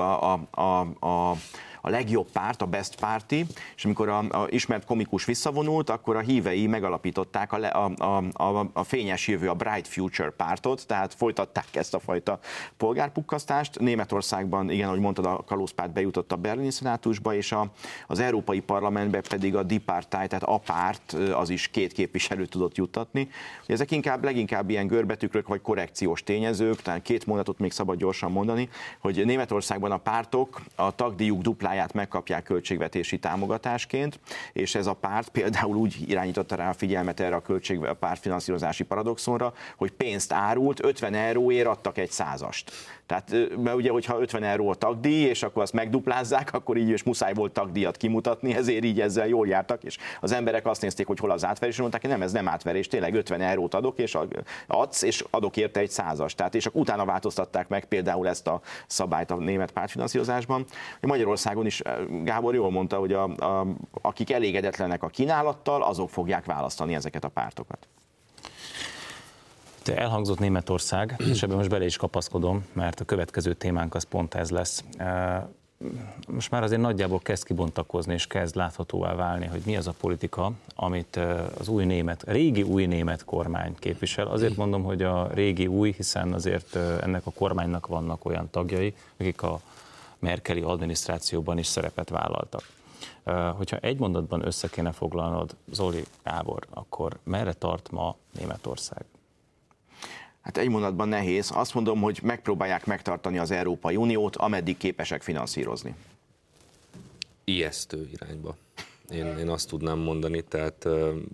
a legjobb párt, a Best Party, és amikor a ismert komikus visszavonult, akkor a hívei megalapították a fényes jövő, a Bright Future pártot, tehát folytatták ezt a fajta polgárpukkasztást. Németországban, igen, ahogy mondtad, a kalózpárt bejutott a berlini szenátusba, és az Európai Parlamentbe pedig a Die Partei, tehát a párt, az is 2 képviselőt tudott juttatni. Ezek leginkább ilyen görbetükrök vagy korrekciós tényezők, tehát 2 mondatot még szabad gyorsan mondani, hogy Németországban a pártok a tagdíjuk dupláját megkapják költségvetési támogatásként, és ez a párt például úgy irányította rá a figyelmet erre a pártfinanszírozási paradoxonra, hogy pénzt árult, 50 euróért adtak egy 100-ast. Tehát, mert ugye, hogyha 50 euró a tagdíj, és akkor azt megduplázzák, akkor így is muszáj volt tagdíjat kimutatni, ezért így ezzel jól jártak, és az emberek azt nézték, hogy hol az átverés, és mondták, hogy nem, ez nem átverés, tényleg 50 eurót adok, és adsz, és adok érte egy 100-ast. Tehát, és akkor utána változtatták meg például ezt a szabályt a német pártfinanszírozásban. Magyarországon is Gábor jól mondta, hogy akik elégedetlenek a kínálattal, azok fogják választani ezeket a pártokat. Elhangzott Németország, és ebben most bele is kapaszkodom, mert a következő témánk az pont ez lesz. Most már azért nagyjából kezd kibontakozni, és kezd láthatóvá válni, hogy mi az a politika, amit az régi új német kormány képvisel. Azért mondom, hogy a régi új, hiszen azért ennek a kormánynak vannak olyan tagjai, akik a merkeli adminisztrációban is szerepet vállaltak. Hogyha egy mondatban össze kéne foglalnod, Zoli, Gábor, akkor merre tart ma Németország? Hát egy mondatban nehéz. Azt mondom, hogy megpróbálják megtartani az Európai Uniót, ameddig képesek finanszírozni. Ijesztő irányba. Én azt tudnám mondani, tehát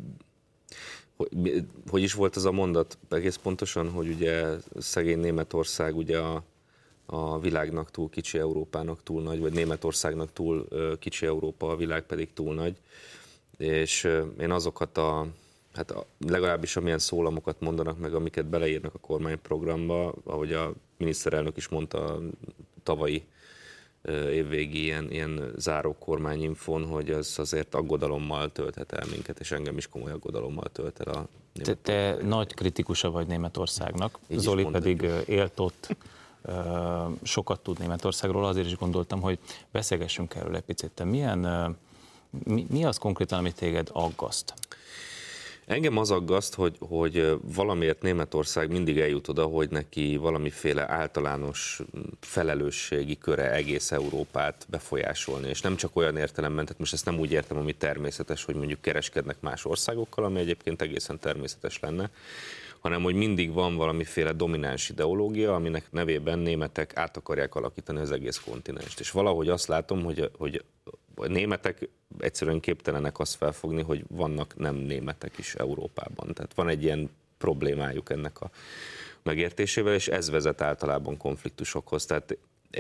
hogy is volt ez a mondat egész pontosan, hogy ugye szegény Németország ugye a világnak túl kicsi, Európának túl nagy, vagy Németországnak túl kicsi Európa, a világ pedig túl nagy. És én azokat legalábbis amilyen szólamokat mondanak meg, amiket beleírnak a kormányprogramba, ahogy a miniszterelnök is mondta tavalyi évvégi ilyen záró kormányinfon, hogy az azért aggodalommal tölthet el minket, és engem is komoly aggodalommal tölt el a Te nagy kritikusa vagy Németországnak, Zoli pedig élt ott, sokat tud Németországról, azért is gondoltam, hogy beszélgessünk erről egy picit. Te mi az konkrétan, amit téged aggaszt? Engem az aggaszt, hogy valamiért Németország mindig eljut oda, hogy neki valamiféle általános felelősségi köre egész Európát befolyásolni, és nem csak olyan értelemben, tehát most ezt nem úgy értem, ami természetes, hogy mondjuk kereskednek más országokkal, ami egyébként egészen természetes lenne, hanem hogy mindig van valamiféle domináns ideológia, aminek nevében németek át akarják alakítani az egész kontinenst. És valahogy azt látom, hogy A németek egyszerűen képtelenek azt felfogni, hogy vannak nem németek is Európában. Tehát van egy ilyen problémájuk ennek a megértésével, és ez vezet általában konfliktusokhoz. Tehát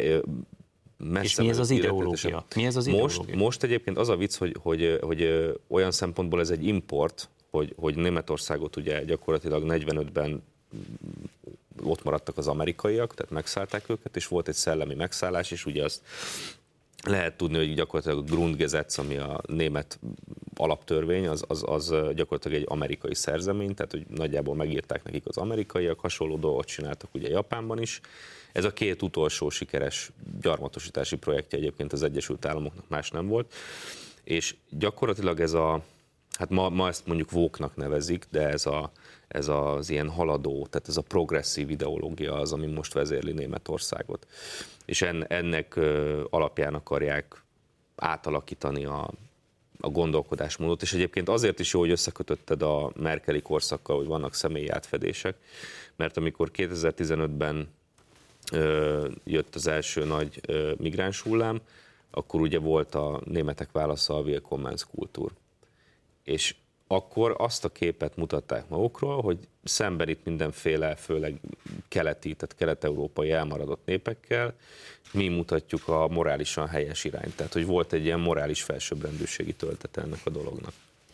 és mi ez az ideológia? Most egyébként az a vicc, hogy olyan szempontból ez egy import, hogy Németországot ugye gyakorlatilag 45-ben ott maradtak az amerikaiak, tehát megszállták őket, és volt egy szellemi megszállás, és ugye azt lehet tudni, hogy gyakorlatilag a Grundgesetz, ami a német alaptörvény, az gyakorlatilag egy amerikai szerzemény, tehát hogy nagyjából megírták nekik az amerikaiak, hasonló dolgot csináltak ugye Japánban is. Ez a két utolsó sikeres gyarmatosítási projektje egyébként az Egyesült Államoknak, más nem volt. És gyakorlatilag ez hát ma ezt mondjuk woke-nak nevezik, de ez az ilyen haladó, tehát ez a progresszív ideológia az, ami most vezérli Németországot. És ennek alapján akarják átalakítani a gondolkodásmódot, és egyébként azért is jó, hogy összekötötted a merkeli korszakkal, hogy vannak személyi átfedések, mert amikor 2015-ben jött az első nagy migráns hullám, akkor ugye volt a németek válasza a Willkommenskultúr. És akkor azt a képet mutatták magukról, hogy szemben itt mindenféle, főleg keleti, tehát kelet-európai elmaradott népekkel, mi mutatjuk a morálisan helyes irányt. Tehát, hogy volt egy ilyen morális felsőbbrendűségi töltete ennek a dolognak.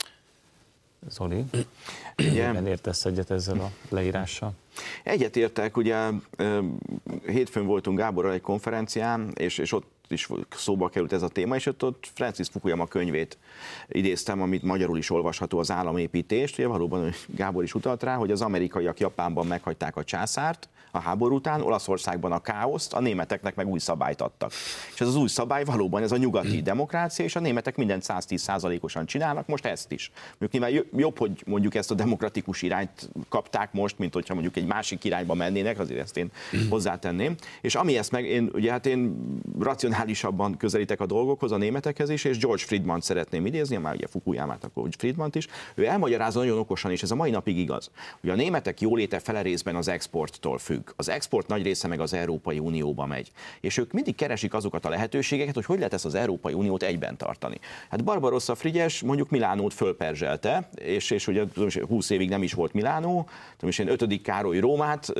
Zoli, igen, értesz egyet ezzel a leírással? Egyetértek, ugye hétfőn voltunk Gáborral egy konferencián, és ott is szóba került ez a téma, és ott Francis Fukuyama könyvét idéztem, amit magyarul is olvasható, az Államépítést. Ugye valóban Gábor is utalt rá, hogy az amerikaiak Japánban meghagyták a császárt a háború után, Olaszországban a káoszt, a németeknek meg új szabályt adtak. És ez az új szabály valóban ez a nyugati demokrácia, és a németek mindent 110%-osan csinálnak, most ezt is. Mondjuk nyilván jobb, hogy mondjuk ezt a demokratikus irányt kapták most, mint hogyha mondjuk egy másik irányba mennének, azért ezt én hozzátenném. És ami ezt meg, én racionálisabban közelítek a dolgokhoz, a németekhez is, és George Friedmant szeretném idézni, már ugye Fukuyamát, akkor Friedmant is. Ő elmagyarázza nagyon okosan, és ez a mai napig igaz, hogy a németek jóléte fele részben az exporttól függ. Az export nagy része meg az Európai Unióba megy. És ők mindig keresik azokat a lehetőségeket, hogy lehet ezt az Európai Uniót egyben tartani. Hát Barbarossa Frigyes mondjuk Milánót fölperzselte, és ugye 20 évig nem is volt Milánó, tudom én 5. Károly Rómát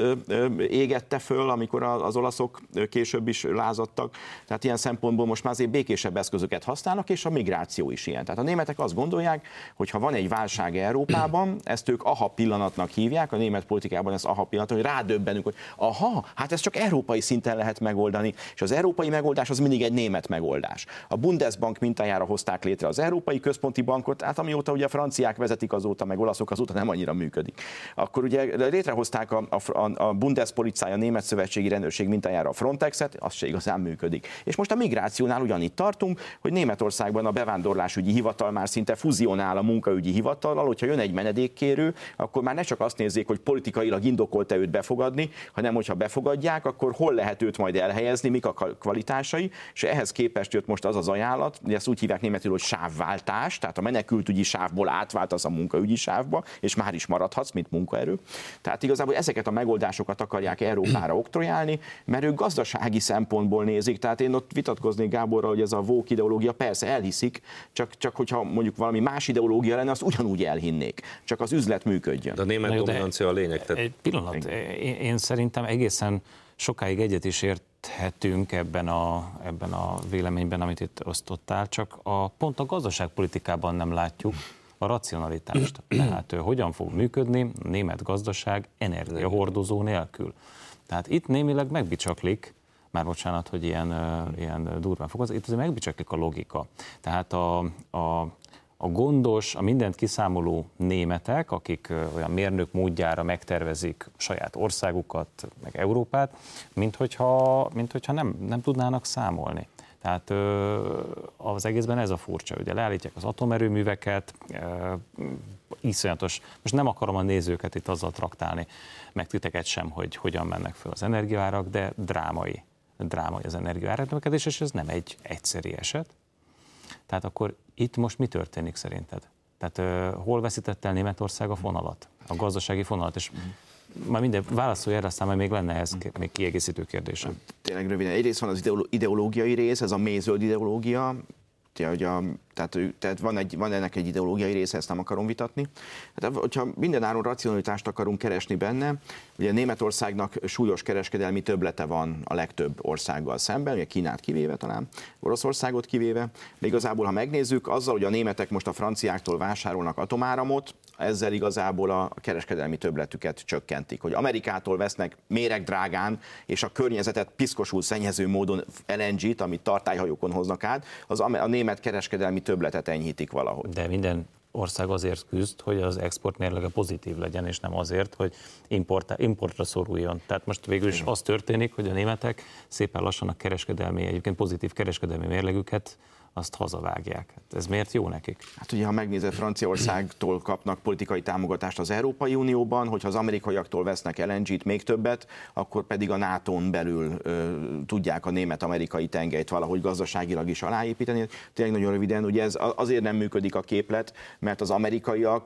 égette föl, amikor az olaszok később is lázadtak. Tehát ilyen szempontból most már azért békésebb eszközöket használnak, és a migráció is ilyen. Tehát a németek azt gondolják, hogy ha van egy válság Európában, ezt ők aha pillanatnak hívják, a német politikában ez aha pillanat, hogy rádöbbenünk, hogy aha, hát ez csak európai szinten lehet megoldani, és az európai megoldás az mindig egy német megoldás. A Bundesbank mintájára hozták létre az Európai Központi Bankot, hát amióta ugye a franciák vezetik, azóta meg olaszok, azóta nem annyira működik. Akkor ugye létrehozták a Bundespolizei, a Német Szövetségi Rendőrség mintájára a Frontexet, az se igazán működik. És most a migrációnál ugyanitt tartunk, hogy Németországban a bevándorlásügyi hivatal már szinte fuzionál a munkaügyi hivatallal, hogyha jön egy menedékkérő, akkor már ne csak azt nézzék, hogy politikailag indokolt-e őt befogadni, hanem hogyha befogadják, akkor hol lehet őt majd elhelyezni, mik a kvalitásai, és ehhez képest jött most az az ajánlat, hogy ezt úgy hívják németül, hogy sávváltás, tehát a menekültügyi sávból átváltasz a munkaügyi sávba, és már is maradhatsz, mint munkaerő. Tehát igazából ezeket a megoldásokat akarják Európára oktrojálni, mert ők gazdasági szempontból nézik, tehát én ott vitatkoznék Gáborral, hogy ez a woke ideológia persze elhiszik, csak hogyha mondjuk valami más ideológia lenne, azt ugyanúgy elhinnék, csak az üzlet működjön. De a német dominancia a lényeg. Tehát... Egy pillanat, én szerintem egészen sokáig egyet is érthetünk ebben a véleményben, amit itt osztottál, csak pont a gazdaságpolitikában nem látjuk a racionalitást. Tehát hogyan fog működni a német gazdaság energiahordozó nélkül. Tehát itt némileg megbicsaklik, már bocsánat, hogy ilyen durván fogalmazok, itt azért megbicsaklik a logika. Tehát a gondos, a mindent kiszámoló németek, akik olyan mérnök módjára megtervezik saját országukat, meg Európát, mint hogyha nem tudnának számolni. Tehát az egészben ez a furcsa, ugye leállítják az atomerőműveket, iszonyatos, most nem akarom a nézőket itt azzal traktálni, meg titeket sem, hogy hogyan mennek fel az energiaárak, de drámai az energiaárak növekedés, és ez nem egy egyszeri eset. Tehát akkor itt most mi történik szerinted? Tehát hol veszített el Németország a fonalat, a gazdasági fonalat? És már minden válaszolj erre, aztán még lenne ehhez még kiegészítő kérdésem. Tényleg röviden. Egyrészt van az ideológiai rész, ez a mélyzöld ideológia, tehát van ennek egy ideológiai része, ezt nem akarom vitatni. Hát, hogyha mindenáron racionalitást akarunk keresni benne, ugye Németországnak súlyos kereskedelmi többlete van a legtöbb országgal szemben, ugye Kínát kivéve talán, Oroszországot kivéve, de igazából, ha megnézzük, azzal, hogy a németek most a franciáktól vásárolnak atomáramot, ezzel igazából a kereskedelmi többletüket csökkentik. Hogy Amerikától vesznek méregdrágán, és a környezetet piszkosul szennyező módon LNG-t, amit tartályhajókon hoznak át, az a német kereskedelmi többletet enyhítik valahogy. De minden ország azért küzd, hogy az export mérlege pozitív legyen, és nem azért, hogy importra szoruljon. Tehát most végül is az történik, hogy a németek szépen lassan a kereskedelmi, egyébként pozitív kereskedelmi mérlegüket azt hazavágják. Ez miért jó nekik? Hát ugye, ha megnézed, Franciaországtól kapnak politikai támogatást az Európai Unióban, hogyha az amerikaiaktól vesznek LNG-t még többet, akkor pedig a NATO-n belül tudják a német-amerikai tengelyt valahogy gazdaságilag is aláépíteni. Tényleg nagyon röviden, ugye ez azért nem működik a képlet, mert az amerikaiak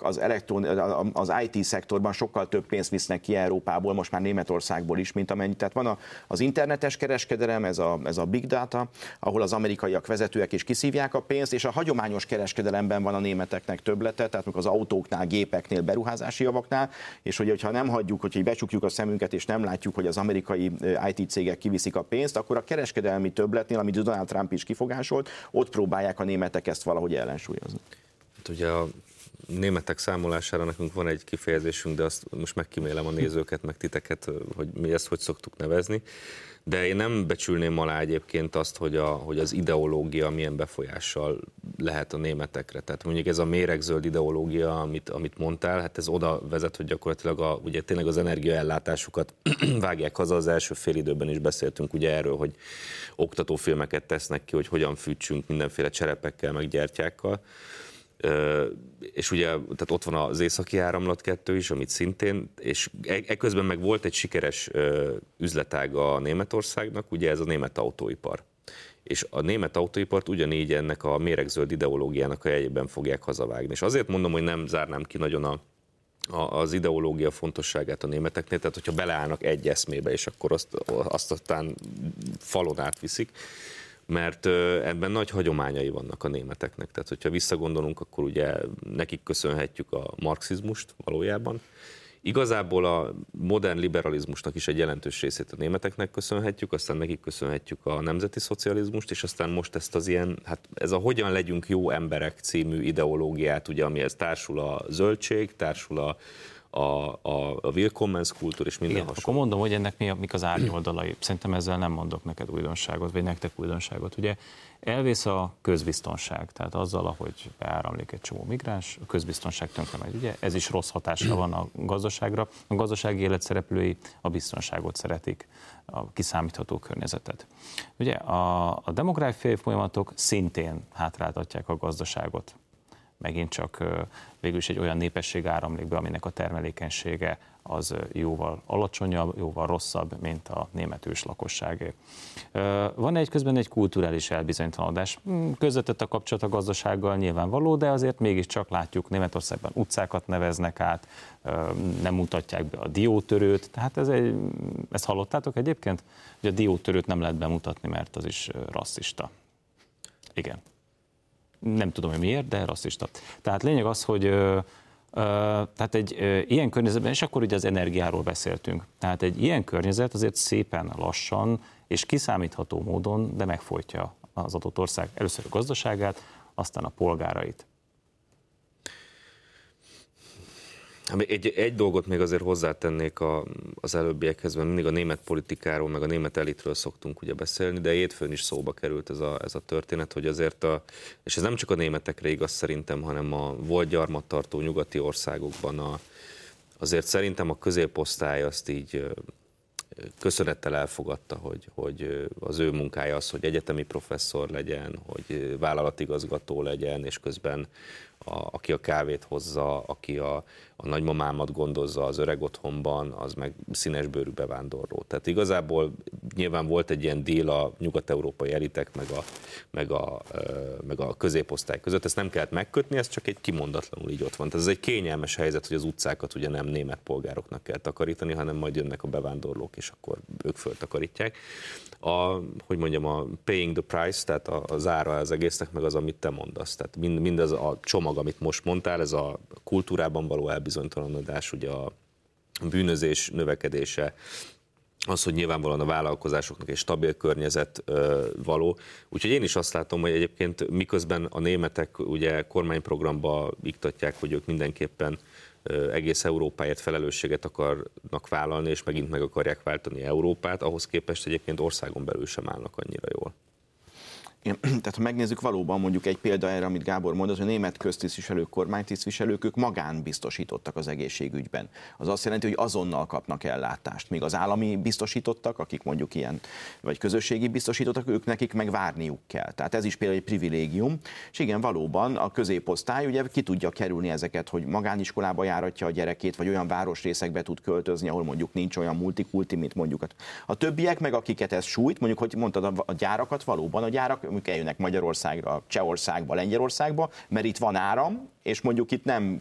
az IT-szektorban sokkal több pénzt visznek ki Európából, most már Németországból is, mint amennyit. Tehát van az internetes kereskedelem, ez a big data, ahol az amerikaiak vezetőek is kiszívják a pénzt, és a hagyományos kereskedelemben van a németeknek többlete, tehát az autóknál, gépeknél, beruházási javaknál, és hogyha nem hagyjuk, hogy becsukjuk a szemünket, és nem látjuk, hogy az amerikai IT cégek kiviszik a pénzt, akkor a kereskedelmi többletnél, amit Donald Trump is kifogásolt, ott próbálják a németek ezt valahogy ellensúlyozni. Hát ugye a németek számolására nekünk van egy kifejezésünk, de azt most megkímélem a nézőket, meg titeket, hogy mi ezt hogy szoktuk nevezni. De én nem becsülném alá egyébként azt, hogy az ideológia milyen befolyással lehet a németekre. Tehát mondjuk ez a méregzöld ideológia, amit mondtál, hát ez oda vezet, hogy gyakorlatilag ugye tényleg az energiaellátásukat vágják haza. Az első fél időben is beszéltünk ugye erről, hogy oktatófilmeket tesznek ki, hogy hogyan fűtsünk mindenféle cserepekkel, meg gyertyákkal. És ugye tehát ott van az Északi Áramlat 2 is, amit szintén, és ekközben meg volt egy sikeres üzletága a Németországnak, ugye ez a német autóipar. És a német autóipart ugyanígy ennek a méregzöld ideológiának a jegyében fogják hazavágni. És azért mondom, hogy nem zárnám ki nagyon az ideológia fontosságát a németeknél, tehát hogyha beleállnak egy eszmébe, és akkor azt aztán falon átviszik, mert ebben nagy hagyományai vannak a németeknek. Tehát, hogyha visszagondolunk, akkor ugye nekik köszönhetjük a marxizmust valójában. Igazából a modern liberalizmusnak is egy jelentős részét a németeknek köszönhetjük, aztán nekik köszönhetjük a nemzeti szocializmust, és aztán most ezt az ilyen, hát ez a hogyan legyünk jó emberek című ideológiát, ugye, amihez társul a zöldség, társul a Willkommenskultúr és minden hasonló. Akkor mondom, hogy ennek mik az árnyoldalai. Szerintem ezzel nem mondok neked újdonságot, vagy nektek újdonságot. Ugye elvész a közbiztonság, tehát azzal, ahogy beáramlik egy csomó migráns, a közbiztonság tönkre megy. Ugye ez is rossz hatása van a gazdaságra. A gazdasági élet szereplői a biztonságot szeretik, a kiszámítható környezetet. Ugye a demográfiai folyamatok szintén hátráltatják a gazdaságot. Megint csak végül is egy olyan népesség áramlik be, aminek a termelékenysége az jóval alacsonyabb, jóval rosszabb, mint a német őslakosságé. Van közben egy kulturális elbizonytalanodás. Közvetett a kapcsolat a gazdasággal nyilvánvaló, de azért mégiscsak látjuk, Németországban utcákat neveznek át, nem mutatják be a diótörőt. Tehát ezt hallottátok egyébként? Hogy a diótörőt nem lehet bemutatni, mert az is rasszista. Igen. Nem tudom, hogy miért, de rasszista. Tehát lényeg az, hogy tehát egy ilyen környezetben, és akkor ugye az energiáról beszéltünk, tehát egy ilyen környezet azért szépen lassan és kiszámítható módon, de megfojtja az adott ország először a gazdaságát, aztán a polgárait. Egy dolgot még azért hozzátennék az előbbiekhez, mert mindig a német politikáról, meg a német elitről szoktunk ugye beszélni, de hétfőn is szóba került ez a történet, hogy azért, és ez nem csak a németekre igaz szerintem, hanem a volt gyarmattartó nyugati országokban azért szerintem a középosztály azt így köszönettel elfogadta, hogy az ő munkája az, hogy egyetemi professzor legyen, hogy vállalatigazgató legyen, és közben aki a kávét hozza, aki a a nagymamámat gondozza az öreg otthonban, az meg színesbőrű bevándorló. Tehát igazából nyilván volt egy ilyen deal a nyugat-európai elitek meg a középosztály között, ezt nem kellett megkötni, ez csak egy kimondatlanul így ott van. Tehát ez egy kényelmes helyzet, hogy az utcákat ugye nem német polgároknak kell takarítani, hanem majd jönnek a bevándorlók, és akkor ők föltakarítják. A paying the price, tehát az ára az egésznek, meg az, amit te mondasz. Tehát mindaz a csomag, amit most mondtál, ez a kultúrában való elbizonytalanodás, ugye a bűnözés növekedése, az, hogy nyilvánvalóan a vállalkozásoknak egy stabil környezet való. Úgyhogy én is azt látom, hogy egyébként miközben a németek ugye kormányprogramba iktatják, hogy ők mindenképpen egész Európáért felelősséget akarnak vállalni, és megint meg akarják váltani Európát, ahhoz képest egyébként országon belül sem állnak annyira jól. Tehát ha megnézzük, valóban mondjuk egy példa erre, amit Gábor mondott, hogy a német köztisztviselők, kormánytisztviselők, ők magánbiztosítottak az egészségügyben. Az azt jelenti, hogy azonnal kapnak ellátást, míg az állami biztosítottak, akik mondjuk ilyen, vagy közösségi biztosítottak, ők nekik meg várniuk kell. Tehát ez is például egy privilégium. És igen, valóban a középosztály ugye ki tudja kerülni ezeket, hogy magániskolába járatja a gyerekét, vagy olyan városrészekbe tud költözni, ahol mondjuk nincs olyan multikulti, mint mondjuk a többiek, meg akiket ez sújt, mondjuk, hogy mondtad a gyárakat, valóban a gyárak eljönnek Magyarországra, Csehországba, Lengyelországba, mert itt van áram, és mondjuk itt nem,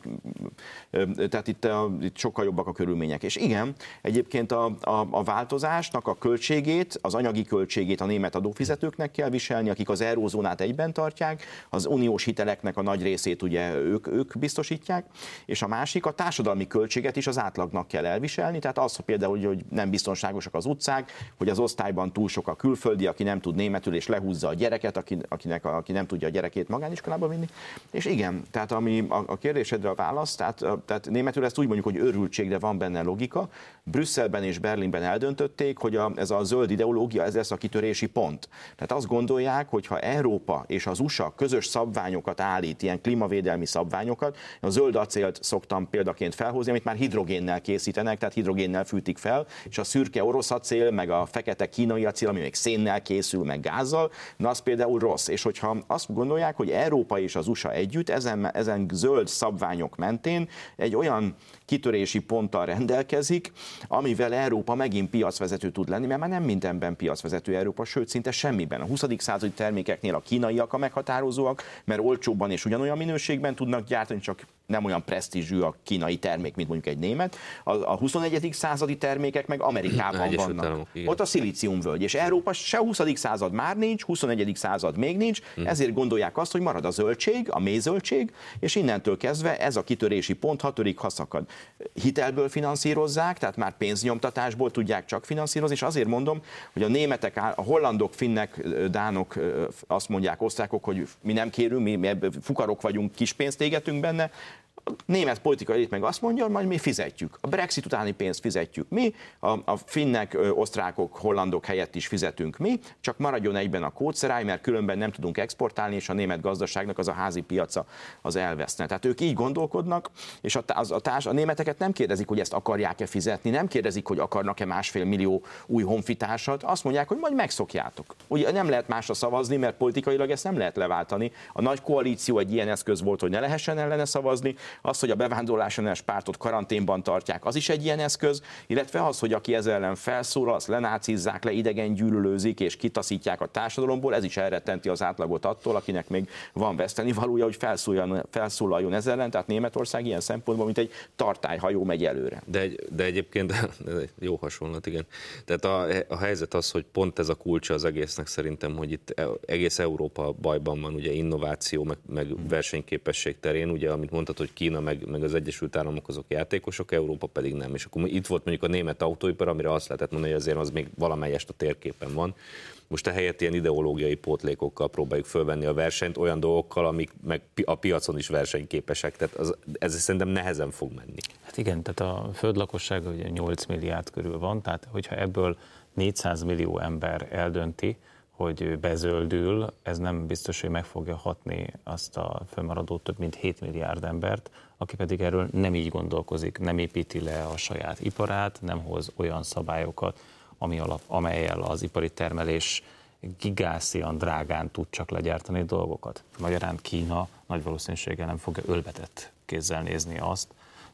tehát itt sokkal jobbak a körülmények. És igen, egyébként a változásnak a költségét, az anyagi költségét a német adófizetőknek kell viselni, akik az eurózónát egyben tartják, az uniós hiteleknek a nagy részét ugye ők biztosítják, és a másik, a társadalmi költséget is az átlagnak kell elviselni, tehát az például, hogy nem biztonságosak az utcák, hogy az osztályban túl sok a külföldi, aki nem tud németül, és lehúzza a gyereket, aki nem tudja a gyerekét magániskolába vinni. És igen, tehát ami a kérdésedre a válasz, tehát németül ezt úgy mondjuk, hogy őrültség, de van benne logika. Brüsszelben és Berlinben eldöntötték, hogy ez a zöld ideológia, ez lesz a kitörési pont. Tehát azt gondolják, hogy ha Európa és az USA közös szabványokat állít, ilyen klímavédelmi szabványokat, a zöld acélt szoktam példaként felhozni, amit már hidrogénnel készítenek, tehát hidrogénnel fűtik fel, és a szürke orosz acél, meg a fekete kínai acél, ami még szénnel készül, meg gázzal, na az például rossz. És hogyha azt gondolják, hogy Európa és az USA együtt ezen zöld szabványok mentén egy olyan kitörési ponttal rendelkezik, amivel Európa megint piacvezető tud lenni, mert már nem mindenben piacvezető Európa, sőt szinte semmiben. A 20. századi termékeknél a kínaiak a meghatározóak, mert olcsóbban és ugyanolyan minőségben tudnak gyártani, csak nem olyan presztízsű a kínai termék, mint mondjuk egy német. A 21. századi termékek meg Amerikában vannak. Ott a szilíciumvölgy, és Európa se 20. század már nincs, 21. század még nincs, ezért gondolják azt, hogy marad a zöldség, a mélyzöldség, és innentől kezdve ez a kitörési pont, ha törik, ha szakad. Hitelből finanszírozzák, tehát már pénznyomtatásból tudják csak finanszírozni, és azért mondom, hogy a németek, a hollandok, finnek, dánok azt mondják, osztrákok, hogy mi nem kérünk, mi fukarok vagyunk, kis pénzt égetünk benne. A német politikai elit meg azt mondja, hogy majd mi fizetjük. A Brexit utáni pénzt fizetjük mi, a finnek, osztrákok, hollandok helyett is fizetünk mi, csak maradjon egyben a kódszeráj, mert különben nem tudunk exportálni, és a német gazdaságnak az a házi piaca az elveszne. Tehát ők így gondolkodnak, és a németeket nem kérdezik, hogy ezt akarják-e fizetni, nem kérdezik, hogy akarnak-e 1,5 millió új honfitársat, azt mondják, hogy majd megszokjátok. Ugye nem lehet másra szavazni, mert politikailag ezt nem lehet leváltani. A nagy koalíció egy ilyen eszköz volt, hogy ne lehessen ellene szavazni. Az, hogy a bevándorlásellenes pártot karanténban tartják, az is egy ilyen eszköz, illetve az, hogy aki ezzel ellen felszólal, azt lenácizzák, leidegen gyűlölőzik és kitaszítják a társadalomból, ez is elrettenti az átlagot attól, akinek még van vesztenivalója, hogy felszólaljon ezzel ellen, tehát Németország ilyen szempontból, mint egy tartályhajó megy előre. De egyébként jó hasonlat, igen. Tehát a helyzet az, hogy pont ez a kulcsa az egésznek szerintem, hogy itt egész Európa bajban van, ugye innováció, meg versenyképesség terén, ugye amit mondtad, hogy Kína meg az Egyesült Államok azok játékosok, Európa pedig nem. És akkor itt volt mondjuk a német autóipar, amire azt lehetett mondani, hogy azért az még valamelyest a térképen van. Most ehelyett ilyen ideológiai pótlékokkal próbáljuk fölvenni a versenyt, olyan dolgokkal, amik meg a piacon is versenyképesek. Tehát ez szerintem nehezen fog menni. Hát igen, tehát a föld lakossága ugye 8 milliárd körül van, tehát hogyha ebből 400 millió ember eldönti, hogy bezöldül, ez nem biztos, hogy meg fogja hatni azt a fennmaradó több mint 7 milliárd embert, aki pedig erről nem így gondolkozik, nem építi le a saját iparát, nem hoz olyan szabályokat, amellyel az ipari termelés gigászian drágán tud csak legyártani dolgokat. Magyarán Kína nagy valószínűséggel nem fogja ölbetett kézzel nézni azt,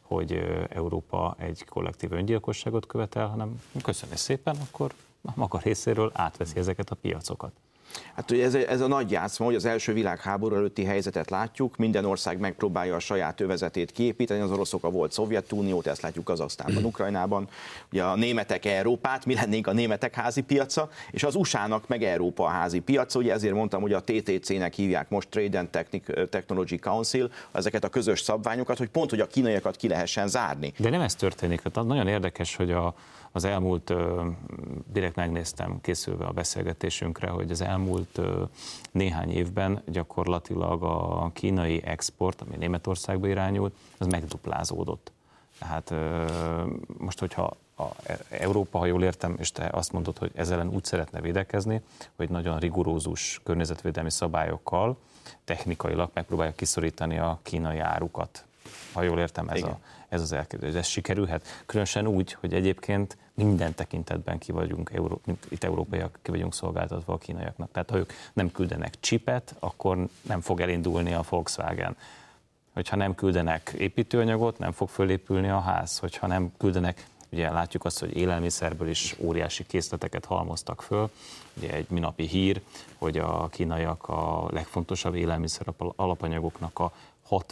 hogy Európa egy kollektív öngyilkosságot követel, hanem köszönöm szépen, akkor a maga részéről átveszi ezeket a piacokat. Hát ugye ez a nagy játszma, hogy az első világháború előtti helyzetet látjuk, minden ország megpróbálja a saját övezetét kiépíteni, az oroszok a volt Szovjetuniót, ezt látjuk Kazahsztánban, Ukrajnában, ugye a németek Európát, mi lennénk a németek házi piaca, és az USA-nak meg Európa a házi piaca, ugye ezért mondtam, hogy a TTC-nek hívják most Trade and Technology Council, ezeket a közös szabványokat, hogy pont, hogy a kínaiakat ki lehessen zárni. De nem ez történik, nagyon érdekes, hogy az elmúlt, direkt megnéztem készülve a beszélgetésünkre, hogy az elmúlt néhány évben gyakorlatilag a kínai export, ami Németországba irányult, az megduplázódott. Tehát most, hogyha Európa, ha jól értem, és te azt mondod, hogy ezzel ellen úgy szeretne védekezni, hogy nagyon rigorózus környezetvédelmi szabályokkal technikailag megpróbálja kiszorítani a kínai árukat. Ha jól értem, ez az elképzelés. Ez sikerülhet? Különösen úgy, hogy egyébként minden tekintetben itt európaiak ki vagyunk szolgáltatva a kínaiaknak. Tehát ha ők nem küldenek csipet, akkor nem fog elindulni a Volkswagen. Hogyha nem küldenek építőanyagot, nem fog fölépülni a ház. Hogyha nem küldenek, ugye látjuk azt, hogy élelmiszerből is óriási készleteket halmoztak föl. Ugye egy minapi hír, hogy a kínaiak a legfontosabb élelmiszer alapanyagoknak a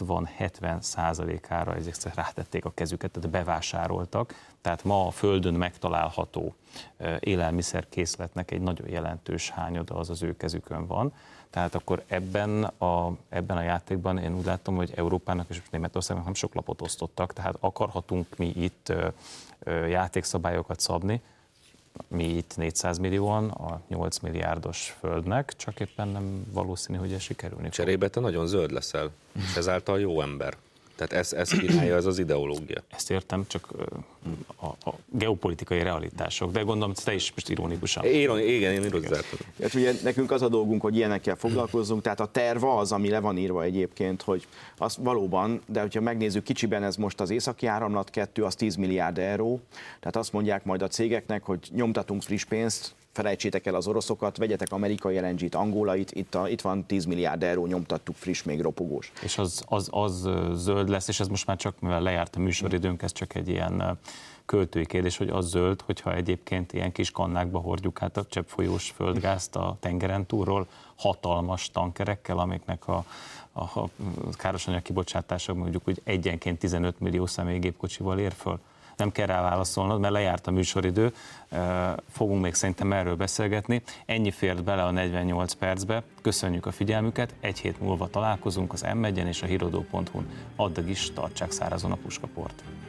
60-70%-ára ezek rátették a kezüket, tehát bevásároltak. Tehát ma a Földön megtalálható élelmiszerkészletnek egy nagyon jelentős hányada az ő kezükön van. Tehát akkor ebben a játékban én úgy látom, hogy Európának és Németországnak nem sok lapot osztottak, tehát akarhatunk mi itt játékszabályokat szabni, mi itt 400 millióan a 8 milliárdos földnek, csak éppen nem valószínű, hogy ez sikerülni. Cserébe te nagyon zöld leszel, és ezáltal jó ember. Tehát ez kínálja, ez az ideológia. Ezt értem, csak a geopolitikai realitások, de gondolom, te is most ironikusan. Igen, én ironizáltam. Hát ugye nekünk az a dolgunk, hogy ilyenekkel foglalkozzunk, tehát a terv az, ami le van írva egyébként, hogy az valóban, de hogyha megnézzük kicsiben, ez most az északi áramlat 2, az 10 milliárd euró, tehát azt mondják majd a cégeknek, hogy nyomtatunk friss pénzt, felejtsétek el az oroszokat, vegyetek amerikai LNG-t, angolait, itt van 10 milliárd euró, nyomtattuk friss, még ropogós. És az zöld lesz, és ez most már csak, mivel lejárt a műsoridőnk, ez csak egy ilyen költői kérdés, hogy az zöld, hogyha egyébként ilyen kis kannákba hordjuk át a cseppfolyós földgázt a tengeren túlról, hatalmas tankerekkel, amiknek a károsanyag kibocsátása mondjuk úgy egyenként 15 millió személygépkocsival ér föl. Nem kell rá válaszolnod, mert lejárt a műsoridő, fogunk még szerintem erről beszélgetni. Ennyi fért bele a 48 percbe, köszönjük a figyelmüket, egy hét múlva találkozunk az M1-en és a hirodó.hu-n. Addig is tartsák szárazon a puskaport.